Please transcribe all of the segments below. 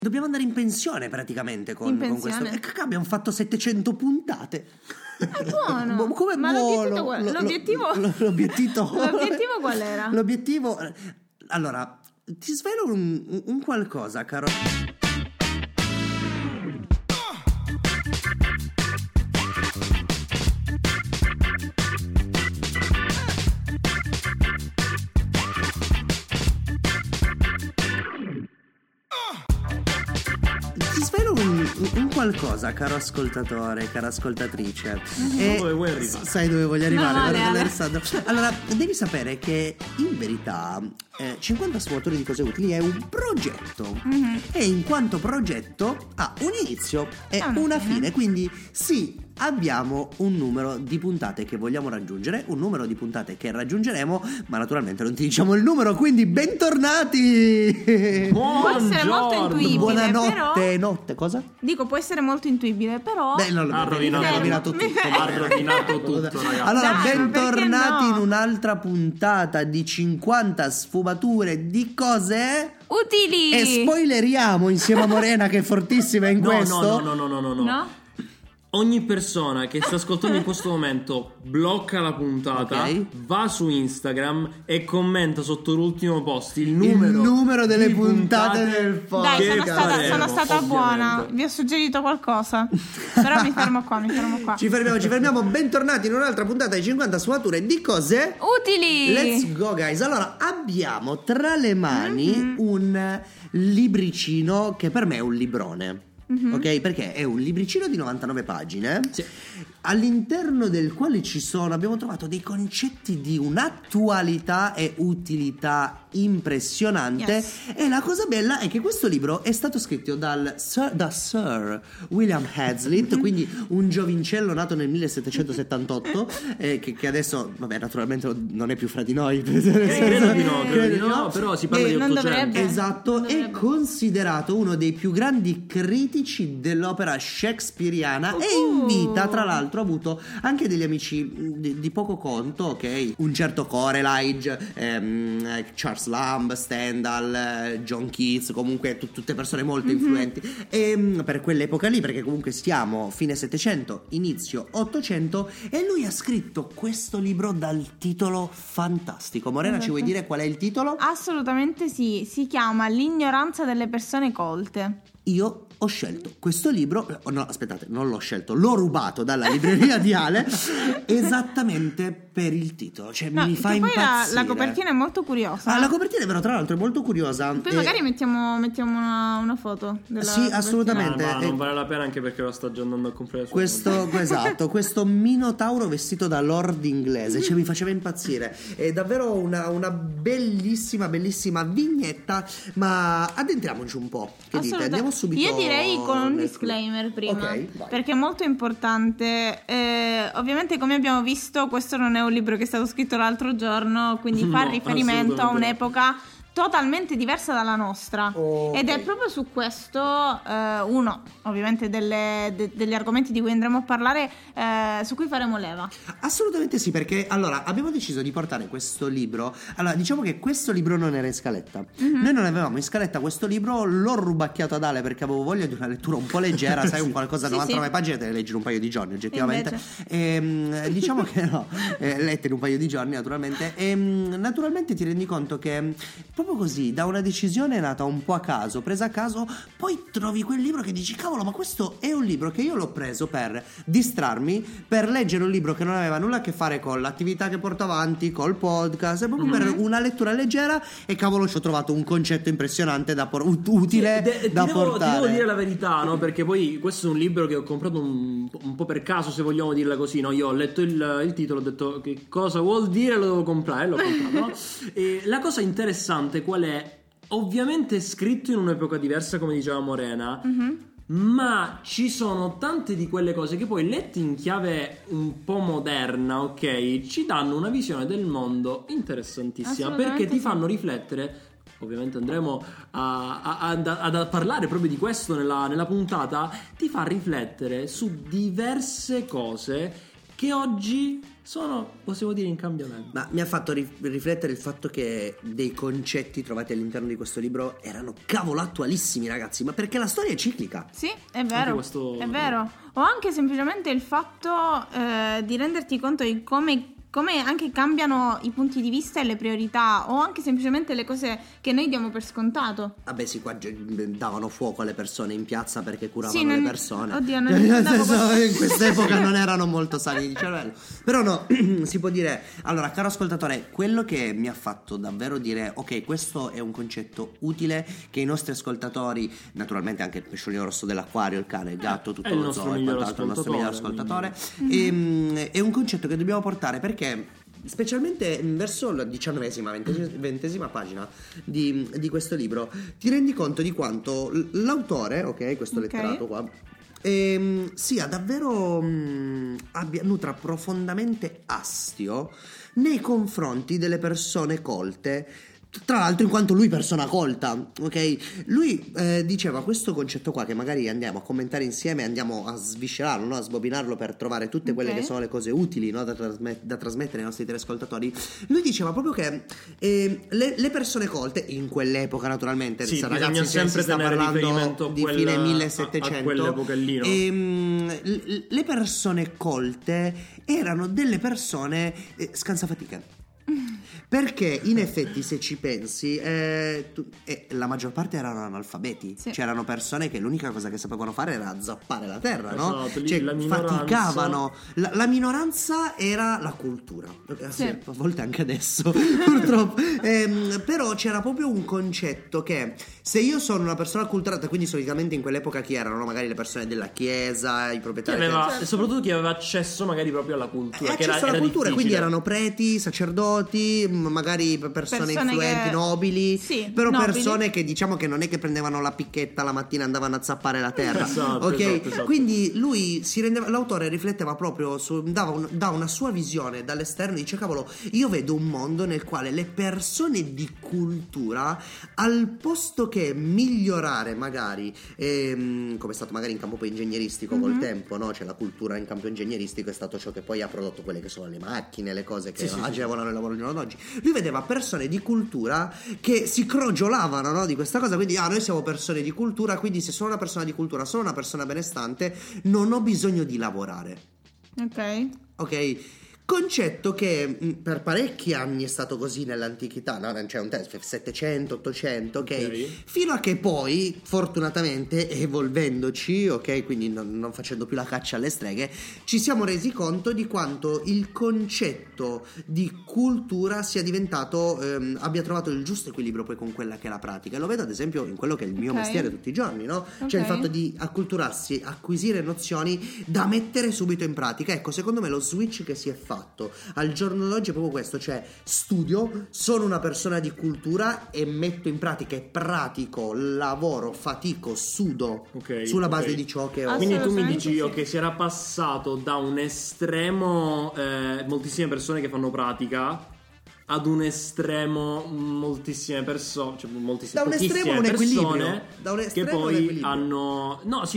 Dobbiamo andare in pensione praticamente con questo. E abbiamo fatto 700 puntate. È buono. Come ma buono? L'obiettivo qual era? L'obiettivo... Allora, ti svelo un qualcosa, caro. Un qualcosa, caro ascoltatore, cara ascoltatrice. Dove vuoi arrivare? Sai dove voglio arrivare? Allora, devi sapere che in verità 50 sfumature di cose utili è un progetto. E in quanto progetto ha un inizio e una fine. Quindi sì, abbiamo un numero di puntate che vogliamo raggiungere, un numero di puntate che raggiungeremo, ma naturalmente non ti diciamo il numero, quindi bentornati! Può essere molto intuibile. Buonanotte, però... notte, cosa? Dico, può essere molto intuibile, però... Beh, no, ha rovinato tutto. Ha rovinato tutto, ragazzi. Allora, Dai, bentornati no? in un'altra puntata di 50 sfumature di cose... utili! E spoileriamo insieme a Morena, che è fortissima in questo. No? Ogni persona che sta ascoltando in questo momento blocca la puntata, va su Instagram e commenta sotto l'ultimo post il numero delle puntate del podcast. Dai, sono stata buona. Vi ho suggerito qualcosa. Però mi fermo qua. Ci fermiamo. Bentornati in un'altra puntata di 50 sfumature di cose utili. Let's go, guys. Allora, abbiamo tra le mani un libricino che per me è un librone. Ok, perché è un libricino di 99 pagine, sì, all'interno del quale abbiamo trovato dei concetti di un'attualità e utilità impressionante. Yes. E la cosa bella è che questo libro è stato scritto da Sir William Hazlitt, quindi un giovincello nato nel 1778, che adesso, vabbè, naturalmente non è più fra di noi. Credo di no, però si parla di 800. Esatto, è considerato uno dei più grandi critici dell'opera shakespeariana e in vita, tra l'altro, ha avuto anche degli amici di poco conto, ok? Un certo Coleridge, Charles Lamb, Stendhal, John Keats, comunque tutte persone molto influenti per quell'epoca lì, perché comunque siamo fine 700, inizio 800, e lui ha scritto questo libro dal titolo fantastico. Morena, ci vuoi dire qual è il titolo? Assolutamente sì, si chiama L'ignoranza delle persone colte. Io ho scelto questo libro, no, aspettate, non l'ho scelto, l'ho rubato dalla libreria di Ale esattamente per il titolo, cioè mi fa impazzire. La copertina è molto curiosa. La copertina, però, tra l'altro è molto curiosa. Poi magari mettiamo una foto della sì, assolutamente. Ma non vale la pena, anche perché lo sta già andando a comprare questo minotauro vestito da lord inglese, cioè mi faceva impazzire. È davvero una bellissima vignetta, ma addentriamoci un po'. Che dite? Andiamo subito. Io direi con un disclaimer prima, perché è molto importante. Ovviamente, come abbiamo visto, questo non è un libro che è stato scritto l'altro giorno, quindi fa riferimento a un'epoca totalmente diversa dalla nostra, ed è proprio su questo uno, ovviamente, degli argomenti di cui andremo a parlare, su cui faremo leva. Assolutamente sì, perché allora abbiamo deciso di portare questo libro. Allora, diciamo che questo libro non era in scaletta. Noi non avevamo in scaletta questo libro, l'ho rubacchiato ad Ale perché avevo voglia di una lettura un po' leggera, sai, un qualcosa da 99 pagine te le leggi in un paio di giorni oggettivamente. Diciamo che no, lette in un paio di giorni naturalmente, e naturalmente ti rendi conto che proprio così, da una decisione nata un po' a caso, presa a caso, poi trovi quel libro che dici: cavolo, ma questo è un libro che io l'ho preso per distrarmi, per leggere un libro che non aveva nulla a che fare con l'attività che porto avanti, col podcast, proprio per una lettura leggera, e cavolo, ci ho trovato un concetto impressionante utile da portare. Devo dire la verità, no? Perché poi questo è un libro che ho comprato un po' per caso, se vogliamo dirla così, no? Io ho letto il titolo, ho detto: che cosa vuol dire, lo devo comprare, l'ho comprato, no? E la cosa interessante qual è? Ovviamente è scritto in un'epoca diversa, come diceva Morena, ma ci sono tante di quelle cose che poi, lette in chiave un po' moderna, ok, ci danno una visione del mondo interessantissima, perché ti fanno riflettere. Ovviamente andremo a parlare proprio di questo nella puntata. Ti fa riflettere su diverse cose che oggi sono, possiamo dire, in cambiamento. Ma mi ha fatto riflettere il fatto che dei concetti trovati all'interno di questo libro erano cavolo attualissimi, ragazzi, ma perché la storia è ciclica. Sì, è vero, è vero. O anche semplicemente il fatto di renderti conto di come anche cambiano i punti di vista e le priorità, o anche semplicemente le cose che noi diamo per scontato. Vabbè sì, qua davano fuoco alle persone in piazza perché curavano le persone. Oddio, nel senso, in quest'epoca non erano molto sani di cervello. Però no, si può dire. Allora, caro ascoltatore, quello che mi ha fatto davvero dire ok, questo è un concetto utile, che i nostri ascoltatori, naturalmente anche il pesciolino rosso dell'acquario, il cane, il gatto, tutto lo zoo e quant'altro, il nostro miglior ascoltatore, è un concetto che dobbiamo portare, perché specialmente verso la 19ª, 20ª pagina di questo libro ti rendi conto di quanto l'autore, ok, questo letterato qua, sia davvero nutra profondamente astio nei confronti delle persone colte. Tra l'altro, in quanto lui persona colta, ok? Lui diceva questo concetto qua, che magari andiamo a commentare insieme, andiamo a sviscerarlo, no? A sbobinarlo per trovare tutte quelle che sono le cose utili, no? da trasmettere ai nostri telescoltatori. Lui diceva proprio che le persone colte, in quell'epoca naturalmente, sì, ragazzi, sempre si sta parlando di fine 1700, a quell'epoca lì, no? Le persone colte erano delle persone scansafatiche. Perché in effetti, se ci pensi, la maggior parte erano analfabeti. Sì. C'erano persone che l'unica cosa che sapevano fare era zappare la terra, no? Esatto, cioè la faticavano. La minoranza era la cultura. Sì. A volte anche adesso, purtroppo. Però c'era proprio un concetto che se io sono una persona acculturata, quindi solitamente in quell'epoca chi erano? No? Magari le persone della chiesa, i proprietari. E soprattutto chi aveva accesso magari proprio alla cultura. Accesso alla cultura, difficile. Quindi erano preti, sacerdoti, magari persone influenti, nobili, sì, però nobili. Persone che diciamo che non è che prendevano la picchetta la mattina e andavano a zappare la terra. Esatto, ok? Esatto. Quindi lui l'autore rifletteva proprio dava una sua visione dall'esterno, dice cavolo, io vedo un mondo nel quale le persone di cultura, al posto che migliorare magari come è stato magari in campo poi ingegneristico col tempo, no? Cioè la cultura in campo ingegneristico è stato ciò che poi ha prodotto quelle che sono le macchine, le cose che agevolano il lavoro di giorno d'oggi. Lui vedeva persone di cultura che si crogiolavano, no, di questa cosa, quindi noi siamo persone di cultura, quindi se sono una persona di cultura, sono una persona benestante, non ho bisogno di lavorare. Ok? Concetto che per parecchi anni è stato così nell'antichità, no? C'è un testo 700, 800, ok? Fino a che poi, fortunatamente, evolvendoci, ok? Quindi non facendo più la caccia alle streghe, ci siamo resi conto di quanto il concetto di cultura sia diventato, abbia trovato il giusto equilibrio poi con quella che è la pratica. E lo vedo ad esempio in quello che è il mio mestiere tutti i giorni, no? Cioè il fatto di acculturarsi, acquisire nozioni da mettere subito in pratica. Ecco, secondo me lo switch che si è fatto al giorno d'oggi è proprio questo, cioè studio, sono una persona di cultura e metto in pratica e pratico, lavoro, fatico, sudo sulla base di ciò che ho. Quindi tu mi dici che si era passato da un estremo moltissime persone che fanno pratica ad un estremo moltissime persone, cioè da un estremo a un equilibrio, che poi hanno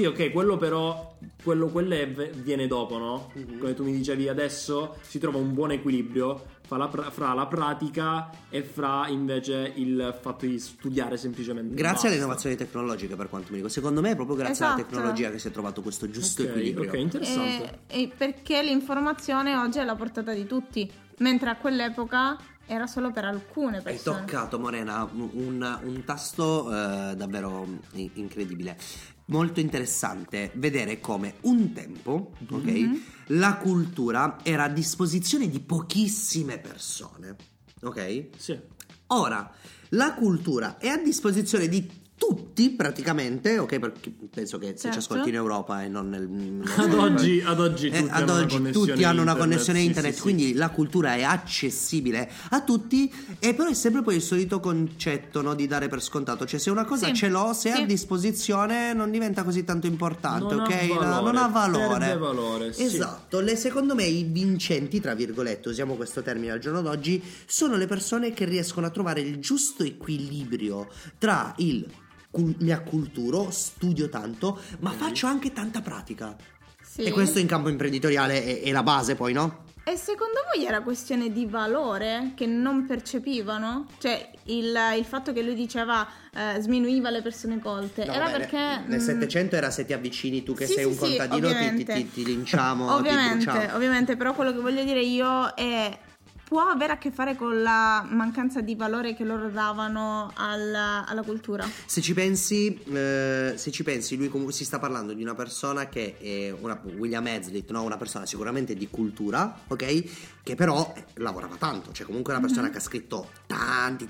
quello viene dopo, no? Come tu mi dicevi, adesso si trova un buon equilibrio fra la pratica e fra invece il fatto di studiare semplicemente. Grazie alle innovazioni tecnologiche, per quanto mi dico. Secondo me è proprio grazie alla tecnologia che si è trovato questo giusto equilibrio. Ok, interessante. E perché l'informazione oggi è alla portata di tutti, mentre a quell'epoca era solo per alcune persone. Hai toccato, Morena, un tasto davvero incredibile. Molto interessante vedere come un tempo, la cultura era a disposizione di pochissime persone, ok? Sì. Ora, la cultura è a disposizione di tutti praticamente, ok? Perché penso che se ci ascolti in Europa e non ad oggi tutti hanno una connessione internet, sì. Quindi la cultura è accessibile a tutti, e però è sempre poi il solito concetto, no, di dare per scontato, cioè se una cosa ce l'ho, se è a disposizione non diventa così tanto importante, non ha valore. Perde valore, sì. Esatto. Secondo me i vincenti, tra virgolette, usiamo questo termine al giorno d'oggi, sono le persone che riescono a trovare il giusto equilibrio tra mi acculturo, studio tanto, ma faccio anche tanta pratica. Sì. E questo in campo imprenditoriale è la base, poi, no? E secondo voi era questione di valore che non percepivano? Cioè il fatto che lui diceva sminuiva le persone colte, No, era beh, perché nel Settecento era se ti avvicini tu che Sì, sei sì, un contadino ti linciamo, ti bruciamo. ovviamente, però quello che voglio dire io è può avere a che fare con la mancanza di valore che loro davano alla cultura. Se ci pensi, lui comunque si sta parlando di una persona che è William Hazlitt, no? Una persona sicuramente di cultura, ok? Che però lavorava tanto, cioè comunque è una persona che ha scritto tanti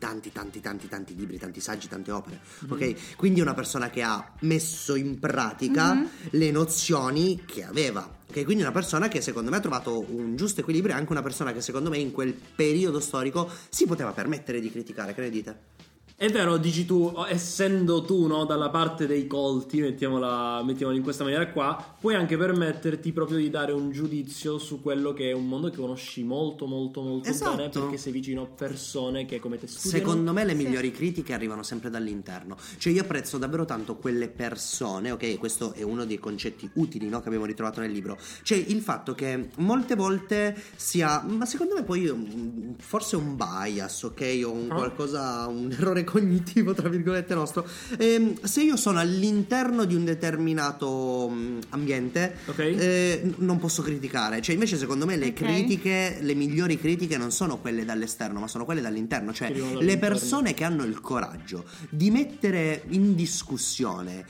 libri, tanti saggi, tante opere, ok? Quindi è una persona che ha messo in pratica le nozioni che aveva. Ok, quindi una persona che secondo me ha trovato un giusto equilibrio, e anche una persona che secondo me in quel periodo storico si poteva permettere di criticare, che ne dite? È vero, dici tu, essendo tu, no, dalla parte dei colti, mettiamola in questa maniera qua, puoi anche permetterti proprio di dare un giudizio su quello che è un mondo che conosci molto Esatto. bene, perché sei vicino a persone che come te studiano. Secondo me le migliori critiche arrivano sempre dall'interno. Cioè io apprezzo davvero tanto quelle persone, ok? Questo è uno dei concetti utili, no, che abbiamo ritrovato nel libro. Cioè il fatto che molte volte ma secondo me poi forse un bias, ok? O un qualcosa, un errore cognitivo tra virgolette nostro. Se io sono all'interno di un determinato ambiente, non posso criticare. Cioè invece secondo me le critiche, le migliori critiche non sono quelle dall'esterno, ma sono quelle dall'interno. Cioè le persone che hanno il coraggio di mettere in discussione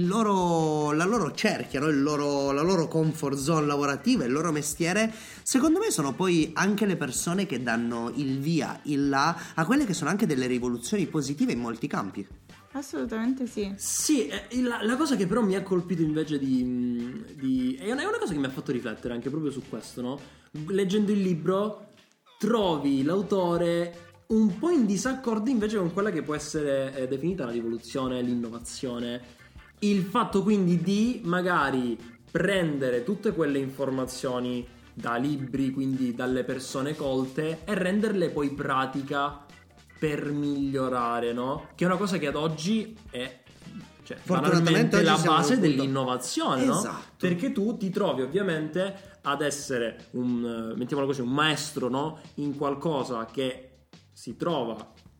la loro cerchia, no? La loro comfort zone lavorativa, il loro mestiere, secondo me sono poi anche le persone che danno il via, il là a quelle che sono anche delle rivoluzioni positive in molti campi. Assolutamente sì. Sì, la cosa che però mi ha colpito invece è una cosa che mi ha fatto riflettere anche proprio su questo, no? Leggendo il libro trovi l'autore un po' in disaccordo invece con quella che può essere definita la rivoluzione, l'innovazione. Il fatto quindi di magari prendere tutte quelle informazioni da libri, quindi dalle persone colte, e renderle poi pratica per migliorare, no? Che è una cosa che ad oggi è banalmente la base dell'innovazione, no? Esatto. Perché tu ti trovi ovviamente ad essere mettiamolo così, un maestro, no? In qualcosa che si trova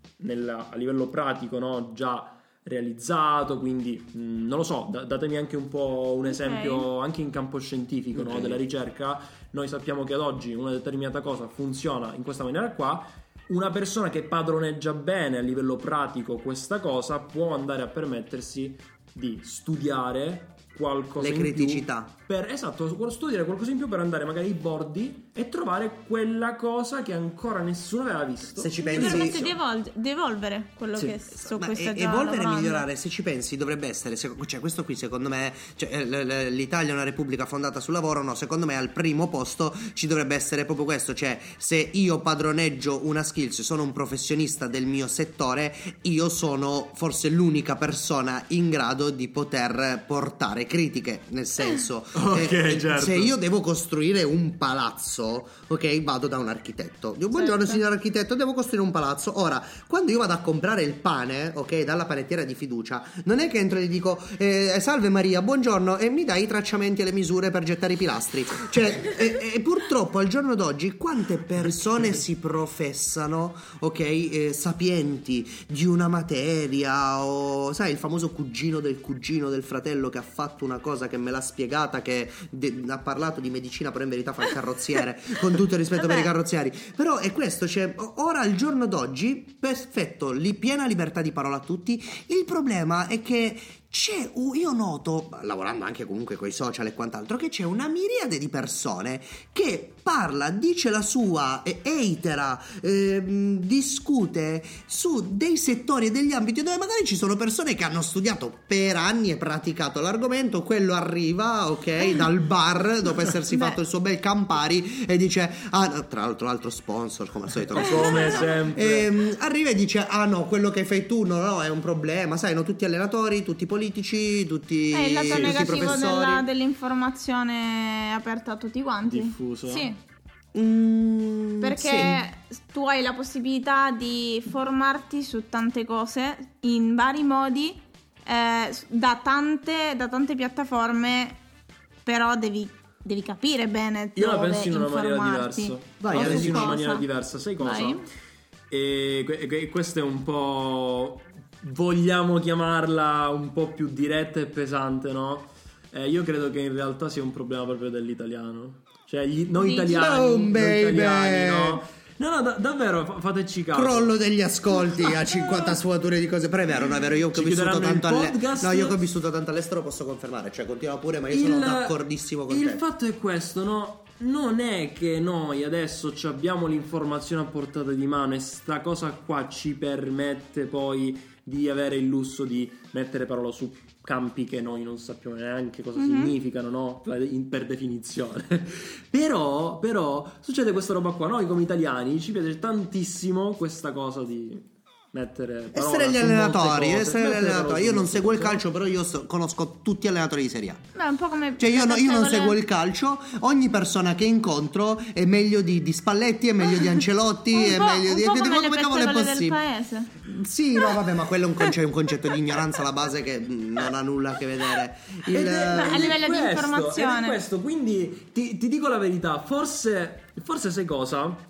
a livello pratico, no? Già realizzato, quindi non lo so, datemi anche un po' un esempio anche in campo scientifico, no? Della ricerca. Noi sappiamo che ad oggi una determinata cosa funziona in questa maniera qua. Una persona che padroneggia bene a livello pratico questa cosa può andare a permettersi di studiare qualcosa le in criticità più studiare qualcosa in più per andare magari ai bordi e trovare quella cosa che ancora nessuno aveva visto. Se ci pensi, permette di evolvere quello che su questo è già evolvere lavorando. e migliorare. Se ci pensi dovrebbe essere, cioè questo qui secondo me, cioè, l'Italia è una repubblica fondata sul lavoro, no? Secondo me al primo posto ci dovrebbe essere proprio questo, cioè se io padroneggio una skills, sono un professionista del mio settore, io sono forse l'unica persona in grado di poter portare critiche, nel senso certo. Se io devo costruire un palazzo, ok, vado da un architetto, dico buongiorno signor architetto, devo costruire un palazzo. Ora, quando io vado a comprare il pane, ok, dalla panettiera di fiducia, non è che entro e gli dico salve Maria, buongiorno, e mi dai i tracciamenti e le misure per gettare i pilastri. Cioè e purtroppo al giorno d'oggi quante persone si professano, ok, sapienti di una materia, o sai il famoso cugino del fratello che ha fatto una cosa che me l'ha spiegata, che ha parlato di medicina però in verità fa il carrozziere, con tutto il rispetto per i carrozzieri, però è questo, cioè ora al giorno d'oggi perfetto, piena libertà di parola a tutti. Il problema è che io noto, lavorando anche comunque con i social e quant'altro, che c'è una miriade di persone che parla, dice la sua, eitera, discute su dei settori e degli ambiti dove magari ci sono persone che hanno studiato per anni e praticato l'argomento. Quello arriva, ok, dal bar dopo essersi fatto il suo bel Campari e dice tra l'altro altro sponsor come al solito, come sempre, arriva e dice no, quello che fai tu no è un problema, sai, no, tutti allenatori, tutti politici, tutti è il lato negativo professori dell'informazione aperta a tutti quanti, diffuso, sì. Perché tu hai la possibilità di formarti su tante cose in vari modi, da tante piattaforme però devi capire bene io la penso in una informarti. maniera diversa. Sai cosa? Vai. E questo è un po', vogliamo chiamarla un po' più diretta e pesante, no? Io credo che in realtà sia un problema proprio dell'italiano. Cioè noi italiani, no? No, davvero, fateci caso. Crollo degli ascolti a 50 sfumature di cose. Però è vero, io che ho vissuto tanto io che ho vissuto tanto all'estero posso confermare. Cioè, continua pure, ma io sono d'accordissimo con te. Il fatto è questo, no? Non è che noi adesso abbiamo l'informazione a portata di mano e sta cosa qua ci permette poi di avere il lusso di mettere parola su campi che noi non sappiamo neanche cosa significano, no? Per definizione. Però succede questa roba qua. Noi come italiani ci piace tantissimo questa cosa di mettere essere gli allenatori. Io non seguo il calcio, però io conosco tutti gli allenatori di Serie A. Beh, un po' come cioè io non seguo il calcio. Ogni persona che incontro è meglio di Spalletti, è meglio di Ancelotti, è meglio di come cavolo è possibile. Paese. Sì, no, vabbè, ma quello è un concetto di ignoranza alla base che non ha nulla a che vedere a livello di informazione. È questo, quindi ti dico la verità, forse sai cosa?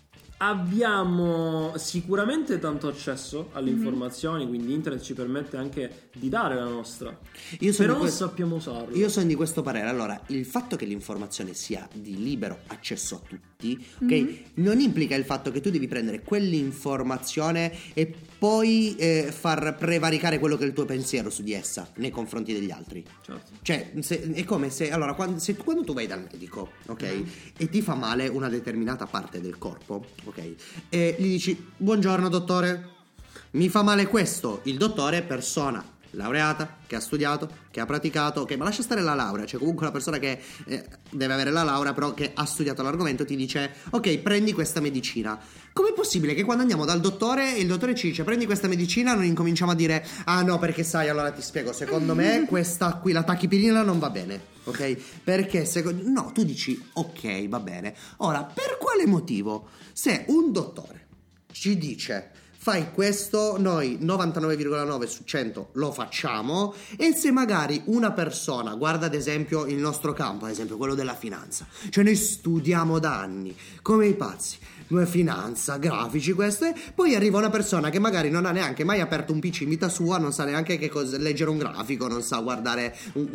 Abbiamo sicuramente tanto accesso alle informazioni, quindi internet ci permette anche di dare la nostra. Però non sappiamo usarlo. Io sono di questo parere. Allora, il fatto che l'informazione sia di libero accesso a tutti, ok? Non implica il fatto che tu devi prendere quell'informazione e poi far prevaricare quello che è il tuo pensiero su di essa nei confronti degli altri. Certo. Cioè, è come se allora quando tu vai dal medico, ok? E ti fa male una determinata parte del corpo, ok? E gli dici: buongiorno dottore, mi fa male questo. Il dottore è persona laureata, che ha studiato, che ha praticato, ok, ma lascia stare la laurea, cioè comunque una persona che deve avere la laurea però che ha studiato l'argomento ti dice: ok, prendi questa medicina. Com'è possibile che quando andiamo dal dottore e il dottore ci dice prendi questa medicina, noi incominciamo a dire: ah no, perché sai, allora ti spiego, secondo me questa qui, la tachipirina, non va bene, ok? Perché no, tu dici ok, va bene. Ora, per quale motivo se un dottore ci dice fai questo, noi 99,9 su 100 lo facciamo, e se magari una persona guarda ad esempio il nostro campo, ad esempio quello della finanza, cioè noi studiamo da anni come i pazzi finanza, grafici, queste, poi arriva una persona che magari non ha neanche mai aperto un PC in vita sua, non sa neanche che cosa leggere un grafico, non sa guardare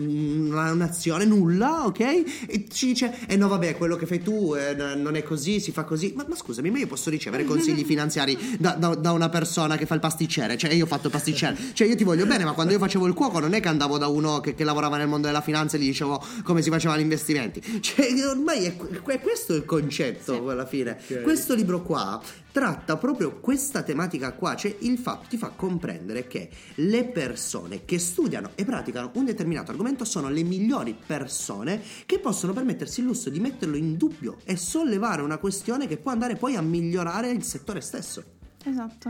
un'azione, nulla, ok? E ci dice: no vabbè, quello che fai tu non è così, si fa così. Ma scusami, ma io posso ricevere consigli finanziari da una persona che fa il pasticcere? Cioè io ho fatto il pasticcere, cioè io ti voglio bene, ma quando io facevo il cuoco non è che andavo da uno che lavorava nel mondo della finanza e gli dicevo come si facevano gli investimenti. Cioè ormai è questo il concetto, sì, alla fine, okay. Questo libro qua tratta proprio questa tematica qua, cioè il fatto ti fa comprendere che le persone che studiano e praticano un determinato argomento sono le migliori persone che possono permettersi il lusso di metterlo in dubbio e sollevare una questione che può andare poi a migliorare il settore stesso. Esatto.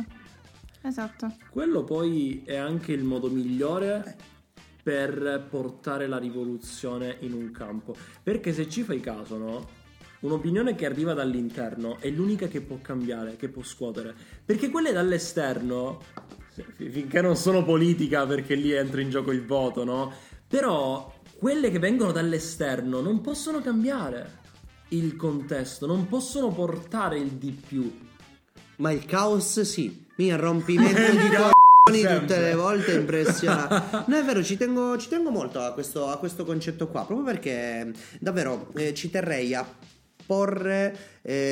Quello poi è anche il modo migliore per portare la rivoluzione in un campo, perché se ci fai caso, no? Un'opinione che arriva dall'interno è l'unica che può cambiare, che può scuotere, perché quelle dall'esterno, finché non sono politica, perché lì entra in gioco il voto, no? Però quelle che vengono dall'esterno non possono cambiare il contesto, non possono portare il di più. Ma il caos sì, mi irrompimento di coglioni tutte le volte, impressionante. No, è vero, ci tengo molto a questo concetto qua, proprio perché davvero ci terrei a porre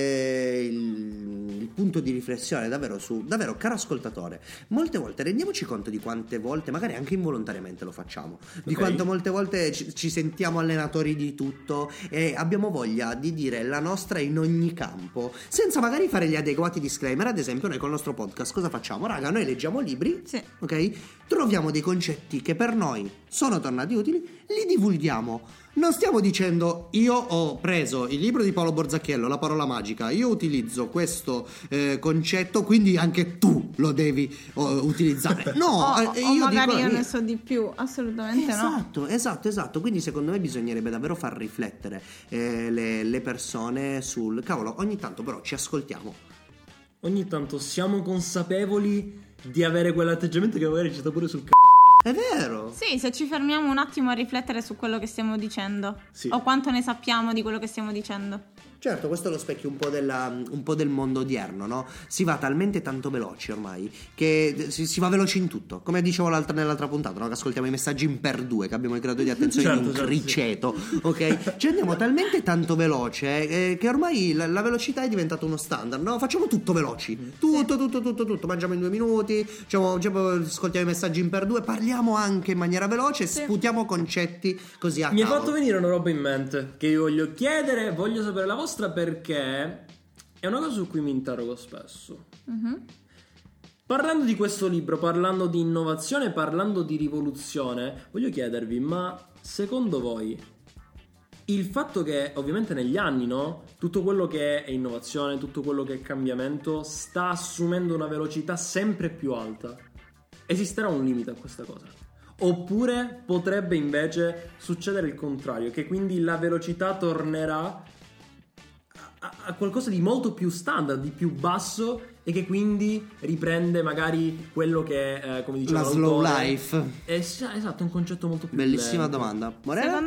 il punto di riflessione davvero caro ascoltatore, molte volte rendiamoci conto di quante volte, magari anche involontariamente lo facciamo, di quante molte volte ci sentiamo allenatori di tutto e abbiamo voglia di dire la nostra in ogni campo senza magari fare gli adeguati disclaimer. Ad esempio noi col nostro podcast cosa facciamo? Raga, noi leggiamo libri, sì, ok? Troviamo dei concetti che per noi sono tornati utili, li divulghiamo. Non stiamo dicendo io ho preso il libro di Paolo Borzacchiello, La parola magica, io utilizzo questo concetto, quindi anche tu lo devi utilizzare. No, io magari io ne so di più, assolutamente no. Esatto. Quindi secondo me bisognerebbe davvero far riflettere le persone sul cavolo. Ogni tanto però ci ascoltiamo. Ogni tanto siamo consapevoli di avere quell'atteggiamento che magari ci sta pure sul È vero. Sì, se ci fermiamo un attimo a riflettere su quello che stiamo dicendo, sì, o quanto ne sappiamo di quello che stiamo dicendo. Certo, questo è lo specchio un po' del mondo odierno, no? Si va talmente tanto veloci ormai che si va veloci in tutto. Come dicevo nell'altra puntata, no? Che ascoltiamo i messaggi in per due, che abbiamo il grado di attenzione di un criceto, sì. Ok? Ci andiamo talmente tanto veloce che ormai la velocità è diventata uno standard, no? Facciamo tutto veloci, tutto. Mangiamo in 2 minuti, ascoltiamo i messaggi in per due, parliamo anche in maniera veloce, sì. Sputiamo concetti così a Mi cavolo. è fatto venire una roba in mente che io voglio chiedere, voglio sapere la vostra, perché è una cosa su cui mi interrogo spesso. Parlando di questo libro, parlando di innovazione, parlando di rivoluzione, voglio chiedervi, ma secondo voi il fatto che ovviamente negli anni, no, tutto quello che è innovazione, tutto quello che è cambiamento sta assumendo una velocità sempre più alta, esisterà un limite a questa cosa? Oppure potrebbe invece succedere il contrario, che quindi la velocità tornerà a qualcosa di molto più standard, di più basso, e che quindi riprende magari quello che come diceva la slow life. Esatto, un concetto molto più bellissima lento. domanda. Morena? Secondo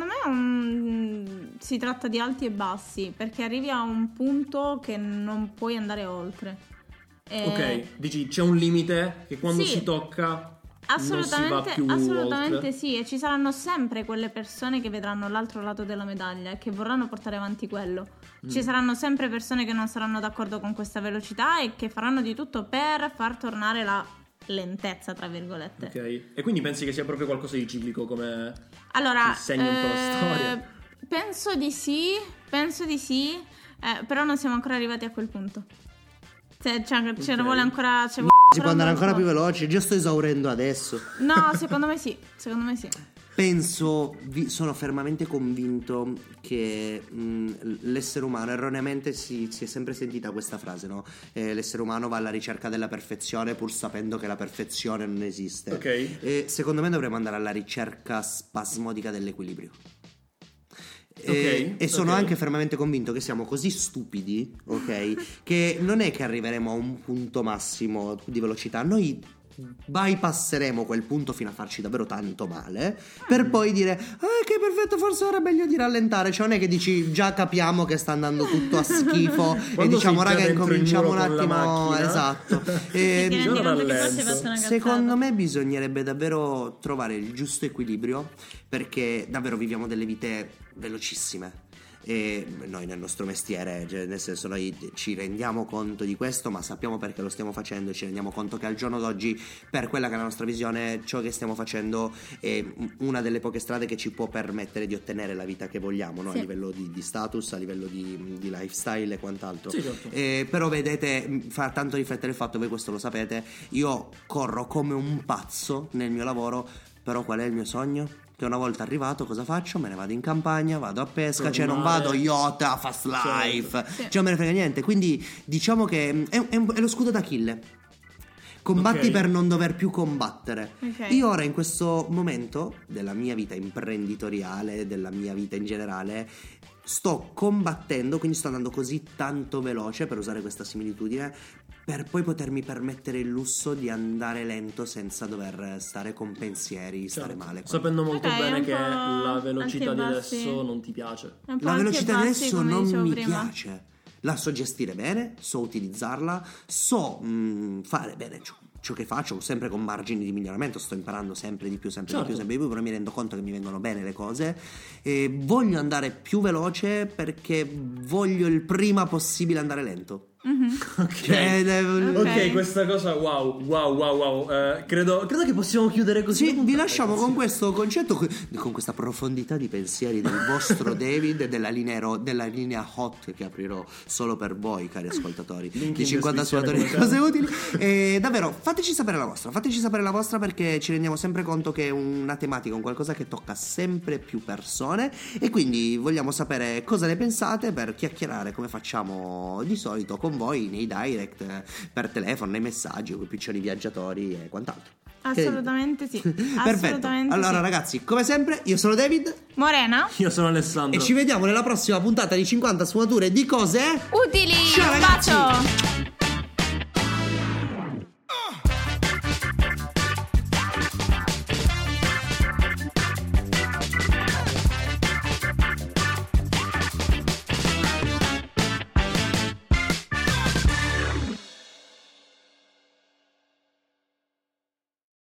me si tratta di alti e bassi, perché arrivi a un punto che non puoi andare oltre. Ok, dici c'è un limite che quando si tocca assolutamente, non si va più assolutamente oltre. Sì, e ci saranno sempre quelle persone che vedranno l'altro lato della medaglia e che vorranno portare avanti quello. Ci saranno sempre persone che non saranno d'accordo con questa velocità e che faranno di tutto per far tornare la lentezza, tra virgolette. Ok, e quindi pensi che sia proprio qualcosa di ciclico, come allora, segna un po' la storia? Penso di sì, però non siamo ancora arrivati a quel punto. Ce ne vuole ancora. Si può andare ancora più veloci. Già sto esaurendo adesso. No, secondo me sì. Sono fermamente convinto che l'essere umano, erroneamente si è sempre sentita questa frase, no? L'essere umano va alla ricerca della perfezione pur sapendo che la perfezione non esiste. Ok. E secondo me dovremmo andare alla ricerca spasmodica dell'equilibrio. E sono anche fermamente convinto che siamo così stupidi, ok, che non è che arriveremo a un punto massimo di velocità. Noi bypasseremo quel punto fino a farci davvero tanto male, per poi dire che perfetto, forse ora è meglio di rallentare. Cioè non è che dici già capiamo che sta andando tutto a schifo e diciamo raga incominciamo un attimo, esatto. Secondo me bisognerebbe davvero trovare il giusto equilibrio, perché davvero viviamo delle vite velocissime. E noi nel nostro mestiere, cioè nel senso, noi ci rendiamo conto di questo, ma sappiamo perché lo stiamo facendo, e ci rendiamo conto che al giorno d'oggi, per quella che è la nostra visione, ciò che stiamo facendo è una delle poche strade che ci può permettere di ottenere la vita che vogliamo, no? Sì. A livello di status, a livello di lifestyle e quant'altro. Sì, certo. Però vedete, fa tanto riflettere il fatto, voi questo lo sapete, io corro come un pazzo nel mio lavoro, però qual è il mio sogno? Che una volta arrivato cosa faccio? Me ne vado in campagna, vado a pesca, cioè non vado yacht a fast life, certo. Cioè non me ne frega niente. Quindi diciamo che è lo scudo d'Achille. Combatti per non dover più combattere. Io ora in questo momento della mia vita imprenditoriale, della mia vita in generale, sto combattendo, quindi sto andando così tanto veloce, per usare questa similitudine, per poi potermi permettere il lusso di andare lento senza dover stare con pensieri, stare male. Sapendo molto bene che la velocità di adesso non ti piace. La velocità di adesso non mi piace. La so gestire bene, so utilizzarla, so fare bene ciò che faccio, sempre con margini di miglioramento. Sto imparando sempre di più, però mi rendo conto che mi vengono bene le cose e voglio andare più veloce perché voglio il prima possibile andare lento. Ok, questa cosa wow. Credo che possiamo chiudere così. Sì, vi lasciamo con questo concetto, con questa profondità di pensieri del vostro David e della linea hot che aprirò solo per voi, cari ascoltatori, di 50 ascoltatori di cose utili. E davvero fateci sapere la vostra, perché ci rendiamo sempre conto che è una tematica, un qualcosa che tocca sempre più persone, e quindi vogliamo sapere cosa ne pensate per chiacchierare come facciamo di solito con voi nei direct, per telefono, nei messaggi, con i piccioni viaggiatori e quant'altro. Assolutamente sì. Perfetto. Assolutamente allora sì. Ragazzi, come sempre, io sono David, Morena, io sono Alessandro, e ci vediamo nella prossima puntata di 50 sfumature di cose utili. Ciao ragazzi. Bacio.